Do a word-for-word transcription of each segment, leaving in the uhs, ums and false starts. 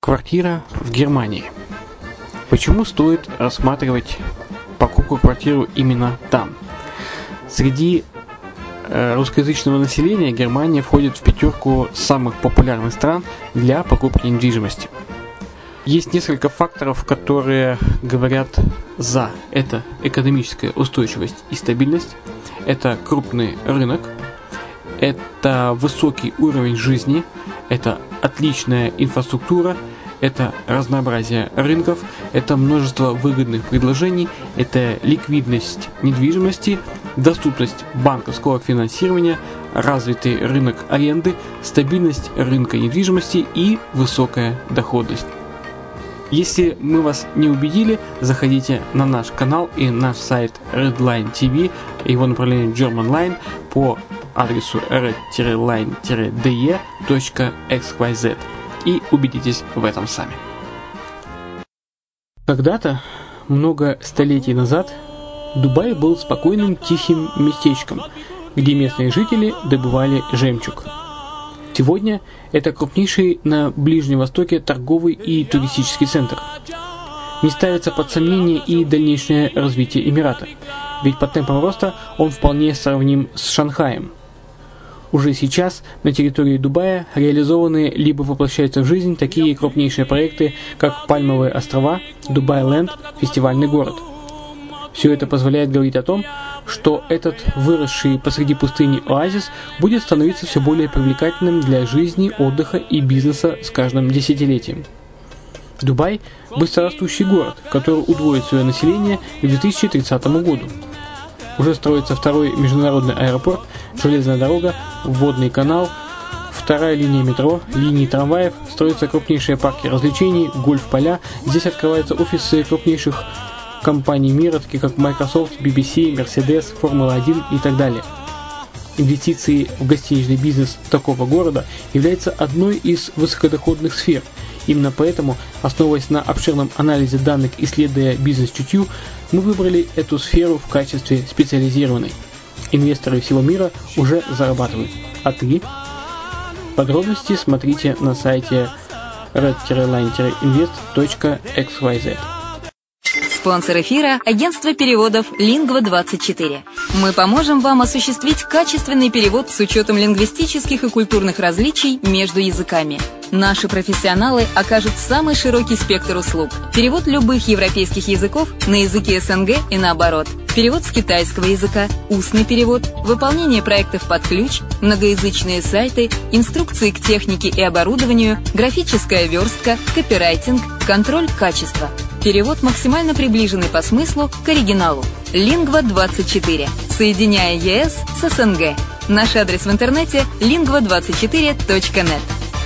Квартира в Германии. Почему стоит рассматривать покупку квартиры именно там? Среди э, русскоязычного населения Германия входит в пятерку самых популярных стран для покупки недвижимости. Есть несколько факторов, которые говорят за. Это экономическая устойчивость и стабильность, это крупный рынок, это высокий уровень жизни, это отличная инфраструктура, это разнообразие рынков, это множество выгодных предложений, это ликвидность недвижимости, доступность банковского финансирования, развитый рынок аренды, стабильность рынка недвижимости и высокая доходность. Если мы вас не убедили, заходите на наш канал и наш сайт Redline ти ви, его направление Germanline по адресу red line d e точка x y z и убедитесь в этом сами. Когда-то, много столетий назад, Дубай был спокойным тихим местечком, где местные жители добывали жемчуг. Сегодня это крупнейший на Ближнем Востоке торговый и туристический центр. Не ставится под сомнение и дальнейшее развитие Эмирата, ведь по темпам роста он вполне сравним с Шанхаем. Уже сейчас на территории Дубая реализованы либо воплощаются в жизнь такие крупнейшие проекты, как Пальмовые острова, Дубай-Ленд, фестивальный город. Все это позволяет говорить о том, что этот выросший посреди пустыни оазис будет становиться все более привлекательным для жизни, отдыха и бизнеса с каждым десятилетием. Дубай – быстрорастущий город, который удвоит свое население к две тысячи тридцатому году. Уже строится второй международный аэропорт, железная дорога, водный канал, вторая линия метро, линии трамваев, строятся крупнейшие парки развлечений, гольф-поля. Здесь открываются офисы крупнейших компаний мира, таких как Microsoft, би би си, Mercedes, Формула один и так далее. Инвестиции в гостиничный бизнес такого города являются одной из высокодоходных сфер. Именно поэтому, основываясь на обширном анализе данных, исследуя бизнес-чутью, мы выбрали эту сферу в качестве специализированной. Инвесторы всего мира уже зарабатывают. А ты? Подробности смотрите на сайте red line invest точка x y z. Спонсор эфира – агентство переводов лингва двадцать четыре. Мы поможем вам осуществить качественный перевод с учетом лингвистических и культурных различий между языками. Наши профессионалы окажут самый широкий спектр услуг. Перевод любых европейских языков на языки эс эн гэ и наоборот. Перевод с китайского языка, устный перевод, выполнение проектов под ключ, многоязычные сайты, инструкции к технике и оборудованию, графическая верстка, копирайтинг, контроль качества. Перевод максимально приближенный по смыслу к оригиналу. лингва двадцать четыре. Соединяя е эс с эс эн гэ. Наш адрес в интернете лингва двадцать четыре точка нет.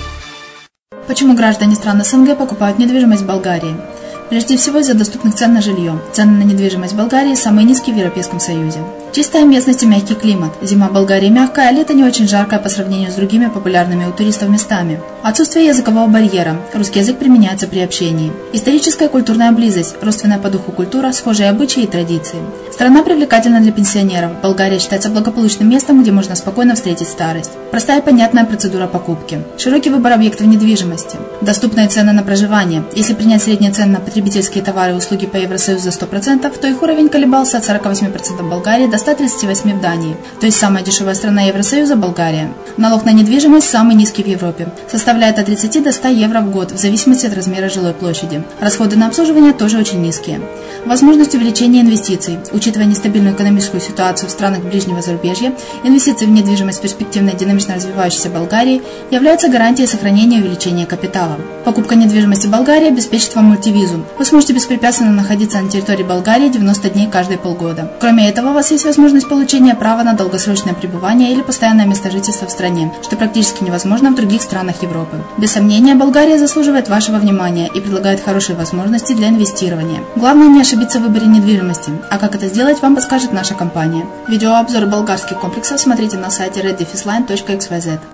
Почему граждане стран эс эн гэ покупают недвижимость в Болгарии? Прежде всего из-за доступных цен на жилье. Цены на недвижимость в Болгарии самые низкие в Европейском Союзе. Чистая местность и мягкий климат. Зима в Болгарии мягкая, а лето не очень жаркое по сравнению с другими популярными у туристов местами. Отсутствие языкового барьера. Русский язык применяется при общении. Историческая и культурная близость. Родственная по духу культура, схожие обычаи и традиции. Страна привлекательна для пенсионеров. Болгария считается благополучным местом, где можно спокойно встретить старость. Простая и понятная процедура покупки. Широкий выбор объектов недвижимости. Доступные цены на проживание. Если принять средние цены на потребительские товары и услуги по Евросоюзу за сто процентов, то их уровень колебался от сорок восемь процентов в Болгарии до ста тридцати восьми процентов в Дании. То есть самая дешевая страна Евросоюза – Болгария. Налог на недвижимость самый низкий в Европе. Составляет от тридцати до ста евро в год, в зависимости от размера жилой площади. Расходы на обслуживание тоже очень низкие. Возможность увеличения инвестиций. Учитывая нестабильную экономическую ситуацию в странах ближнего зарубежья, инвестиции в недвижимость в перспективной динамично развивающейся Болгарии являются гарантией сохранения и увеличения капитала. Покупка недвижимости в Болгарии обеспечит вам мультивизу. Вы сможете беспрепятственно находиться на территории Болгарии девяносто дней каждые полгода. Кроме этого, у вас есть возможность получения права на долгосрочное пребывание или постоянное место жительства в стране, что практически невозможно в других странах Европы. Без сомнения, Болгария заслуживает вашего внимания и предлагает хорошие возможности для инвестирования. Главное не ошибиться в выборе недвижимости, а как это сделать, вам подскажет наша компания. Видеообзор болгарских комплексов смотрите на сайте red line точка x y z.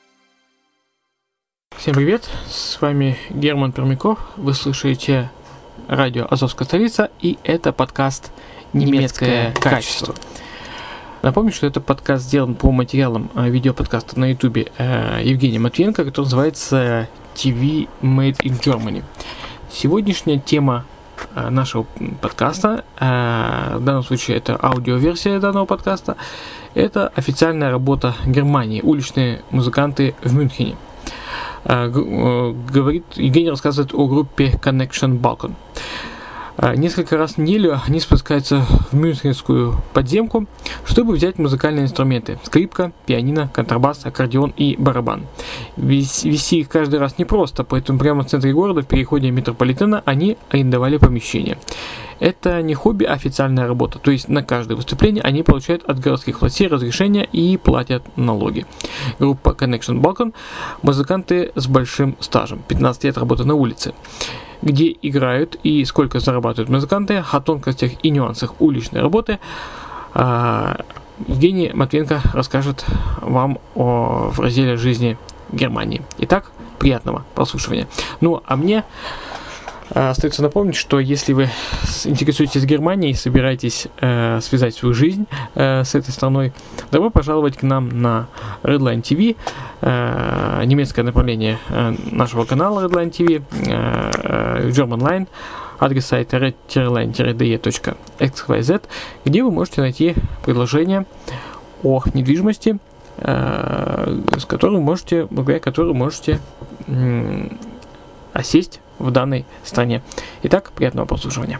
Всем привет, с вами Герман Пермяков, вы слушаете радио «Азовская столица», и это подкаст «Немецкое качество». Напомню, что это подкаст сделан по материалам видеоподкаста на ютубе Евгения Матвиенко, который называется ти ви Made in Germany. Сегодняшняя тема нашего подкаста, в данном случае это аудиоверсия данного подкаста, это официальная работа Германии, уличные музыканты в Мюнхене. Говорит, Евгений рассказывает о группе Connection Balkan. Несколько раз в неделю они спускаются в мюнхенскую подземку, чтобы взять музыкальные инструменты: скрипка, пианино, контрабас, аккордеон и барабан. Вести их каждый раз непросто, поэтому прямо в центре города, в переходе метрополитена, они арендовали помещение. Это не хобби, а официальная работа, то есть на каждое выступление они получают от городских властей разрешения и платят налоги. Группа Connection Balkan – музыканты с большим стажем, пятнадцать лет работы на улице. Где играют и сколько зарабатывают музыканты, о тонкостях и нюансах уличной работы Евгений Матвиенко расскажет вам о, в разделе «Жизни Германии». Итак, приятного прослушивания. Ну, а мне остается напомнить, что если вы интересуетесь Германией и собираетесь э, связать свою жизнь э, с этой страной, добро пожаловать к нам на Redline ти ви, э, немецкое направление э, нашего канала Redline ти ви, э, German Line, адрес сайта red line d e точка x y z, где вы можете найти предложение о недвижимости, э, с которым можете, благодаря которой можете э, осесть в данной стране. Итак, приятного прослушивания.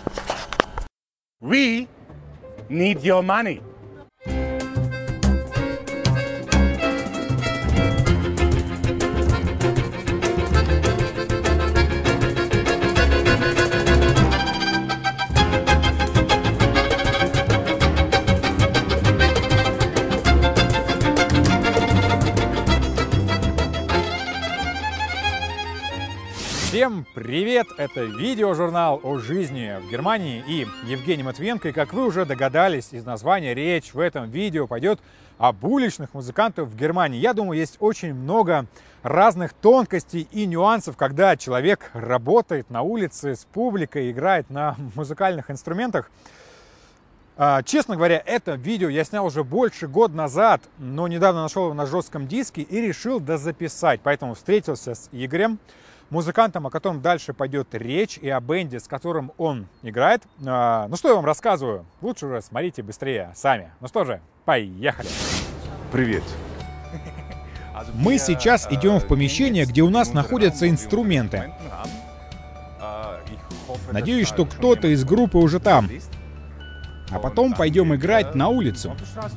We need your money. Всем привет! Это видеожурнал о жизни в Германии и Евгений Матвиенко. И как вы уже догадались из названия, речь в этом видео пойдет об уличных музыкантах в Германии. Я думаю, есть очень много разных тонкостей и нюансов, когда человек работает на улице с публикой, играет на музыкальных инструментах. Честно говоря, это видео я снял уже больше года назад, но недавно нашел его на жестком диске и решил дозаписать. Поэтому встретился с Игорем, музыкантом, о котором дальше пойдет речь, и о бенде, с которым он играет. А, ну что я вам рассказываю? Лучше уже смотрите быстрее сами. Ну что же, поехали! Привет. Мы сейчас идем в помещение, где у нас находятся инструменты. Надеюсь, что кто-то из группы уже там. А потом пойдем играть на улицу.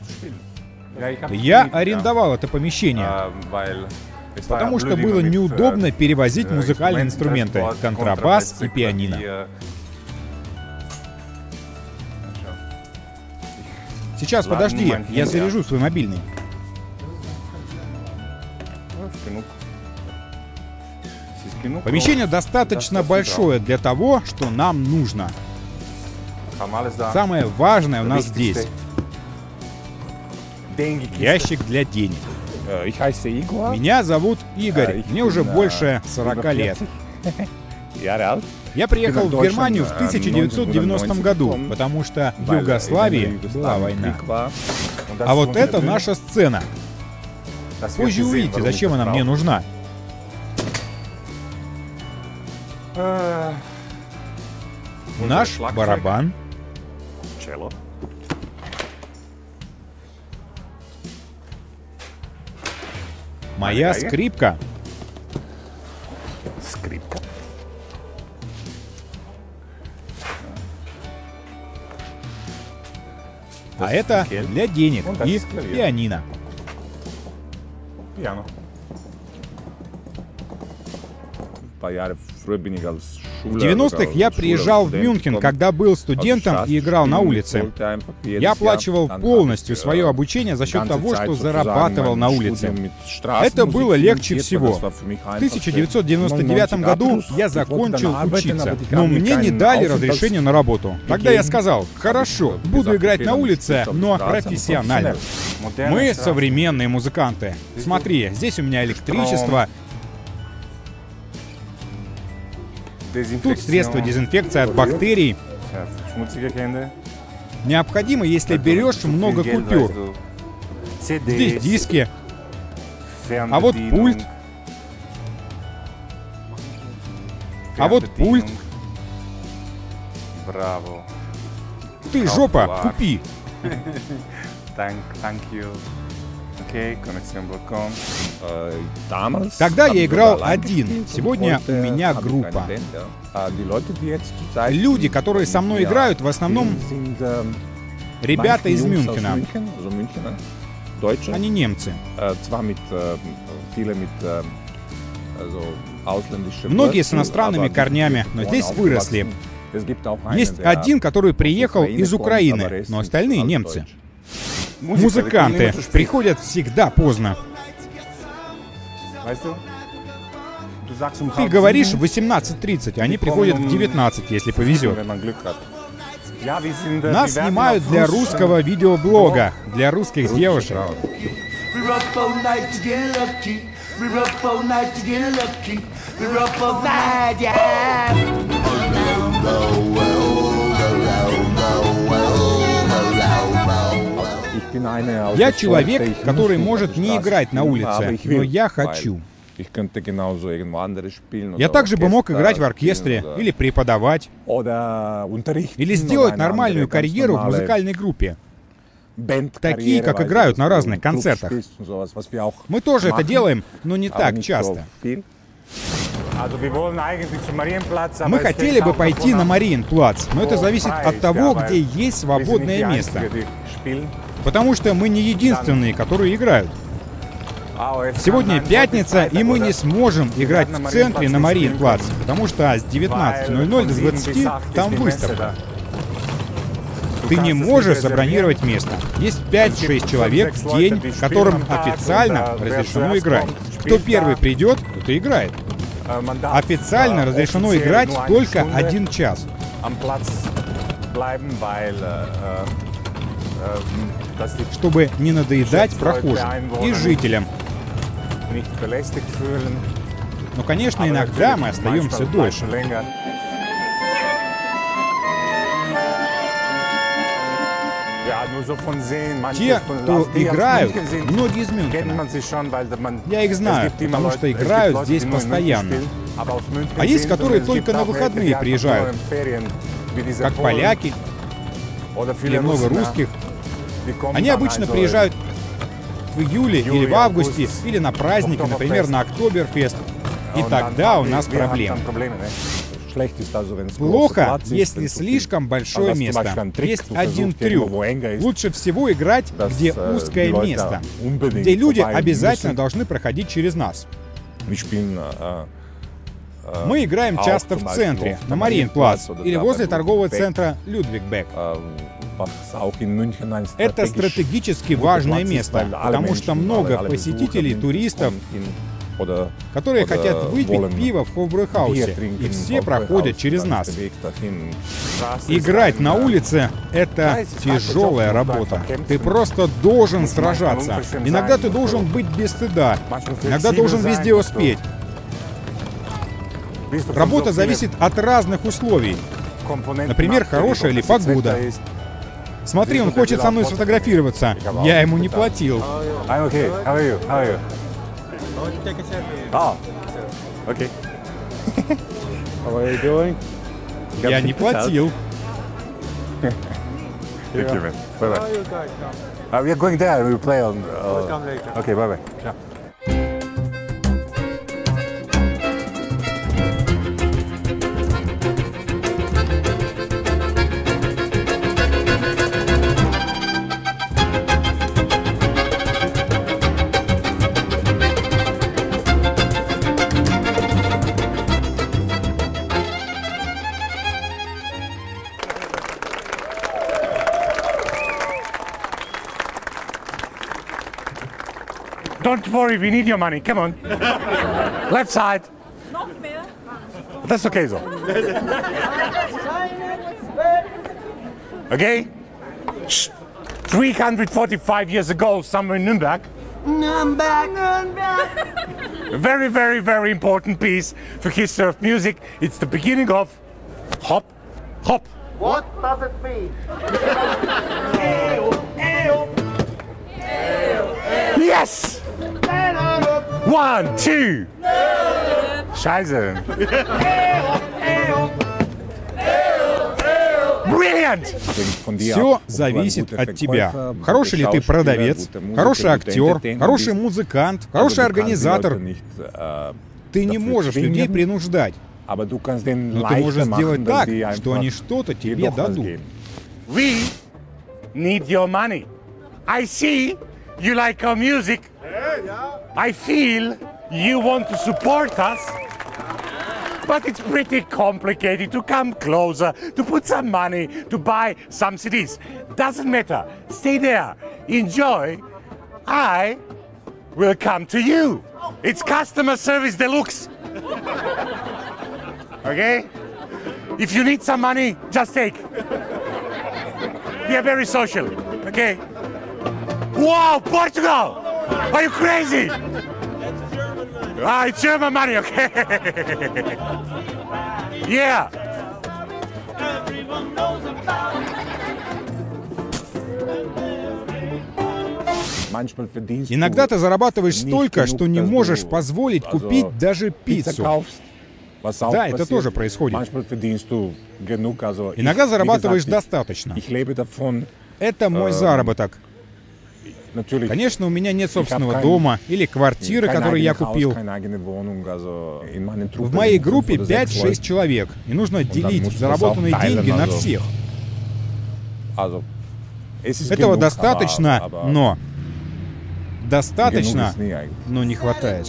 Я арендовал это помещение, потому что было неудобно перевозить музыкальные инструменты, контрабас и пианино. Сейчас, подожди, я заряжу свой мобильный. Помещение достаточно большое для того, что нам нужно. Самое важное у нас здесь — ящик для денег. Меня зовут Игорь, мне уже больше сорока лет. Я приехал в Германию в тысяча девятьсот девяностом году, потому что в Югославии была война. А вот это наша сцена. Позже увидите, зачем она мне нужна. Наш барабан. Моя скрипка. Скрипка. А это для денег и пианино. Пиано. В девяностых я приезжал в Мюнхен, когда был студентом и играл на улице. Я оплачивал полностью свое обучение за счет того, что зарабатывал на улице. Это было легче всего. В тысяча девятьсот девяносто девятом году я закончил учиться, но мне не дали разрешение на работу. Тогда я сказал: хорошо, буду играть на улице, но профессионально. Мы современные музыканты. Смотри, здесь у меня электричество. Тут средство дезинфекции от бактерий. Необходимо, если берешь много купюр. Здесь диски. А вот пульт. А вот пульт. Браво. Ты, жопа, купи. Тогда я играл один. Сегодня у меня группа. Люди, которые со мной играют, в основном ребята из Мюнхена. Они немцы. Многие с иностранными корнями, но здесь выросли. Есть один, который приехал из Украины, но остальные немцы. Музыканты приходят всегда поздно. Ты говоришь в восемнадцать тридцать, они приходят в девятнадцать, если повезет. Нас снимают для русского видеоблога, для русских девушек. Я человек, который может не играть на улице, но я хочу. Я также бы мог играть в оркестре, или преподавать, или сделать нормальную карьеру в музыкальной группе. Такие, как играют на разных концертах. Мы тоже это делаем, но не так часто. Мы хотели бы пойти на Мариенплац, но это зависит от того, где есть свободное место. Потому что мы не единственные, которые играют. Сегодня пятница, и мы не сможем играть в центре на Мариенплац, потому что с девятнадцати ноль-ноль до двадцати там выставка. Ты не можешь забронировать место. Есть пять-шесть человек в день, которым официально разрешено играть. Кто первый придет, тот и играет. Официально разрешено играть только один час. Чтобы не надоедать прохожим и жителям. Но, конечно, иногда мы остаемся дольше. Те, кто играют, многие из Мюнхена. Я их знаю, потому что играют здесь постоянно. А есть, которые только на выходные приезжают, как поляки или много русских. Они обычно приезжают в июле или в августе, или на праздники, например, на Октоберфест. И тогда у нас проблемы. Плохо, если слишком большое место. Есть один трюк. Лучше всего играть, где узкое место, где люди обязательно должны проходить через нас. Мы играем часто в центре, на Мариенплац, или возле торгового центра Людвигбек. Это стратегически важное место, потому что много посетителей, туристов, которые хотят выпить пиво в Хофбräuhauсе, и все проходят через нас. Играть на улице — это тяжелая работа. Ты просто должен сражаться. Иногда ты должен быть без стыда. Иногда должен везде успеть. Работа зависит от разных условий. Например, хорошая ли погода. Смотри, он хочет со мной сфотографироваться. Я ему не платил. Я не платил. Don't worry, we need your money. Come on. Left side. That's okay, so. Okay? three hundred forty-five years ago, somewhere in Nuremberg, I'm back. I'm back. A very, very, very important piece for history of music. It's the beginning of hop, hop. What does it mean? Yes! One, two. Scheiße. Brilliant! Все зависит от тебя. Хороший ли ты продавец, хороший актер, хороший музыкант, хороший организатор. Ты не можешь людей принуждать. Но ты можешь сделать так, что они что-то тебе дадут. We need your money. I see you like our music. I feel you want to support us. But it's pretty complicated to come closer, to put some money, to buy some C Ds. Doesn't matter. Stay there. Enjoy. I will come to you. It's customer service deluxe. Okay? If you need some money, just take. We are very social. Okay? Wow, Portugal! Are you crazy? Ah, it's German money, okay? Yeah. Иногда ты зарабатываешь столько, что не можешь позволить купить даже пиццу. Да, это тоже происходит. Иногда зарабатываешь достаточно. Это мой заработок. Конечно, у меня нет собственного дома или квартиры, которую я купил. В моей группе пять-шесть человек, и нужно делить заработанные деньги на всех. Этого достаточно, но... Достаточно, но не хватает.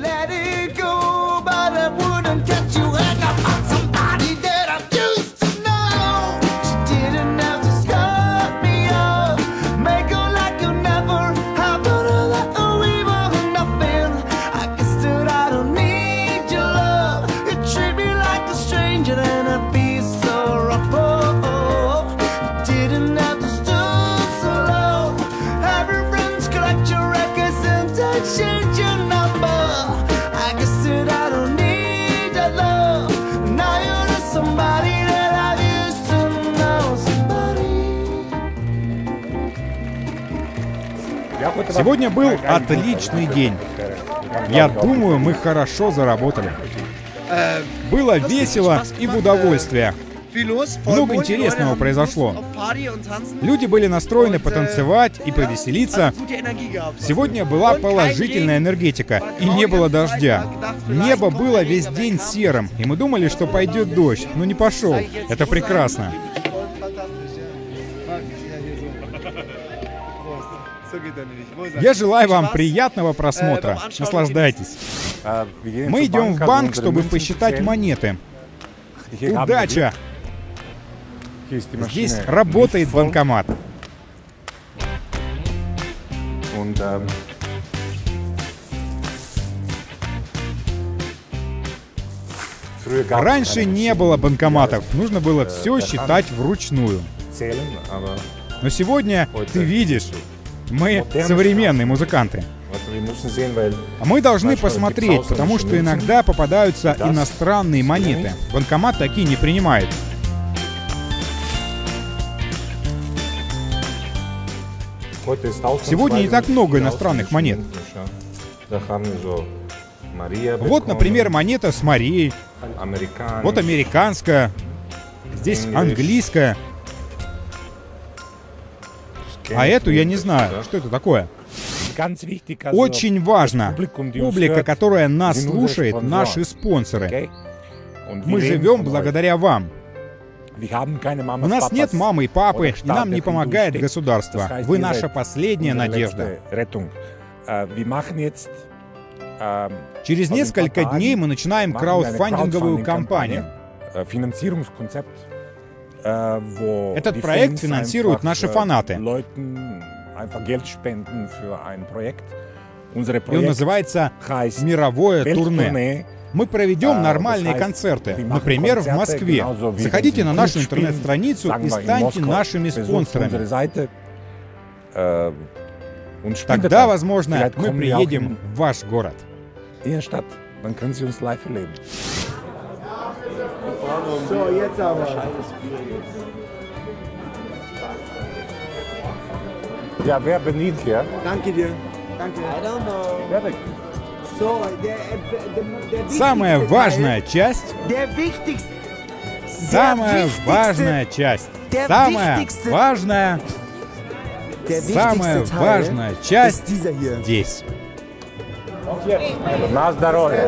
Сегодня был отличный день. Я думаю, мы хорошо заработали. Было весело и в удовольствие. Много интересного произошло. Люди были настроены потанцевать и повеселиться. Сегодня была положительная энергетика, и не было дождя. Небо было весь день серым, и мы думали, что пойдет дождь, но не пошел. Это прекрасно. Я желаю вам приятного просмотра. Наслаждайтесь. Мы идем в банк, чтобы посчитать монеты. Удача! Здесь работает банкомат. Раньше не было банкоматов. Нужно было все считать вручную. Но сегодня ты видишь, мы современные музыканты. Мы должны посмотреть, потому что иногда попадаются иностранные монеты. Банкомат такие не принимает. Сегодня не так много иностранных монет. Вот, например, монета с Марией. Вот американская. Здесь английская. А эту я не знаю. Что это такое? Очень важно. Публика, которая нас слушает, наши спонсоры. Мы живем благодаря вам. У нас нет мамы и папы, и нам не помогает государство. Вы наша последняя надежда. Через несколько дней мы начинаем краудфандинговую кампанию. Этот проект финансируют наши фанаты. И он называется «Мировое турне». Мы проведем нормальные концерты, например, в Москве. Заходите на нашу интернет-страницу и станьте нашими спонсорами. Тогда, возможно, мы приедем в ваш город. Innenstadt, dann können Sie uns live erleben. So, jetzt aber. Ja, wer bedient hier? Danke dir. Danke. I don't know. So, der, der, der Самая важная часть. Der wichtigste. Самая важная часть. Самая важная. Самая важная часть здесь. На здоровье.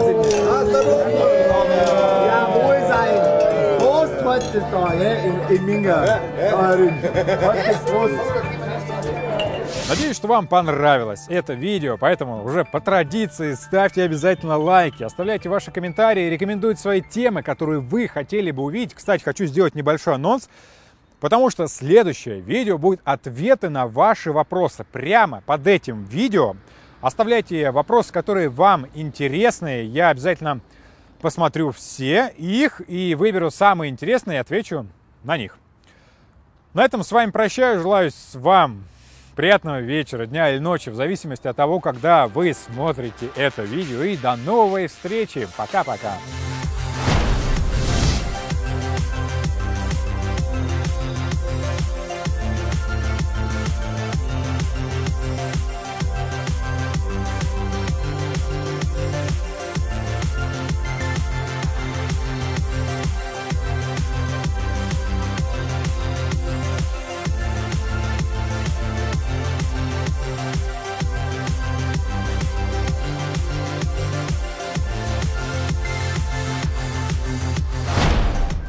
Ja, wohl sein. Prost, heute ist da, in Minga. Prost. Надеюсь, что вам понравилось это видео, поэтому уже по традиции ставьте обязательно лайки, оставляйте ваши комментарии, рекомендуйте свои темы, которые вы хотели бы увидеть. Кстати, хочу сделать небольшой анонс, потому что следующее видео будет ответы на ваши вопросы. Прямо под этим видео оставляйте вопросы, которые вам интересны, я обязательно посмотрю все их и выберу самые интересные и отвечу на них. На этом с вами прощаюсь, желаю вам приятного вечера, дня или ночи, в зависимости от того, когда вы смотрите это видео. И до новой встречи. Пока-пока.